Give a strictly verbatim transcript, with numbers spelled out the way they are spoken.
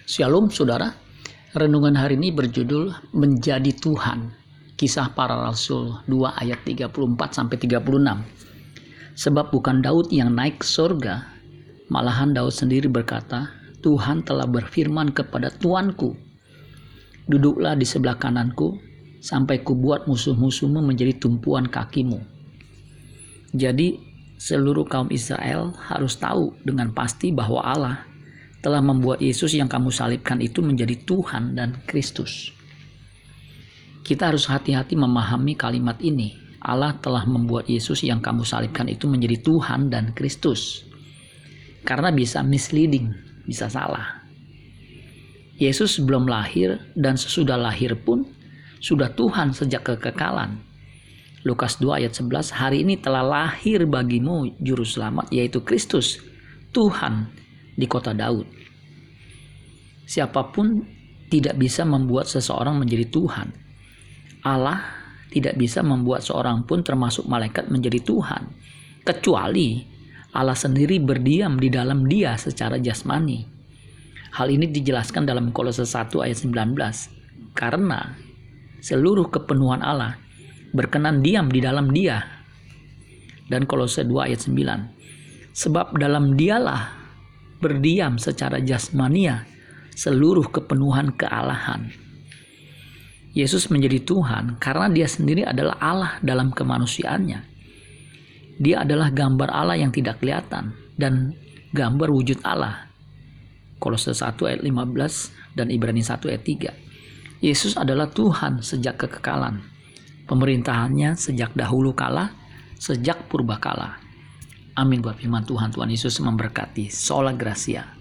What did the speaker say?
Shalom saudara, renungan hari ini berjudul Menjadi Tuhan, Kisah Para Rasul dua ayat tiga puluh empat sampai tiga puluh enam. Sebab bukan Daud yang naik ke surga, malahan Daud sendiri berkata, Tuhan telah berfirman kepada Tuanku, duduklah di sebelah kananku, sampai kubuat musuh-musuhmu menjadi tumpuan kakimu. Jadi seluruh kaum Israel harus tahu dengan pasti bahwa Allah telah membuat Yesus yang kamu salibkan itu menjadi Tuhan dan Kristus. Kita harus hati-hati memahami kalimat ini. Allah telah membuat Yesus yang kamu salibkan itu menjadi Tuhan dan Kristus. Karena bisa misleading, bisa salah. Yesus belum lahir dan sesudah lahir pun sudah Tuhan sejak kekekalan. Lukas dua ayat sebelas, hari ini telah lahir bagimu juru selamat yaitu Kristus, Tuhan di kota Daud. Siapapun tidak bisa membuat seseorang menjadi Tuhan. Allah tidak bisa membuat seorang pun termasuk malaikat menjadi Tuhan, kecuali Allah sendiri berdiam di dalam dia secara jasmani. Hal ini dijelaskan dalam Kolose satu ayat sembilan belas. Karena seluruh kepenuhan Allah berkenan diam di dalam dia. Dan Kolose dua ayat sembilan. Sebab dalam dialah berdiam secara jasmania seluruh kepenuhan kealahan. Yesus menjadi Tuhan karena dia sendiri adalah Allah dalam kemanusiaannya. Dia adalah gambar Allah yang tidak kelihatan dan gambar wujud Allah. Kolose satu ayat lima belas dan Ibrani satu ayat tiga. Yesus adalah Tuhan sejak kekekalan. Pemerintahannya sejak dahulu kala, sejak purbakala. Amin buat firman Tuhan. Tuhan Yesus memberkati. Sola Gracia.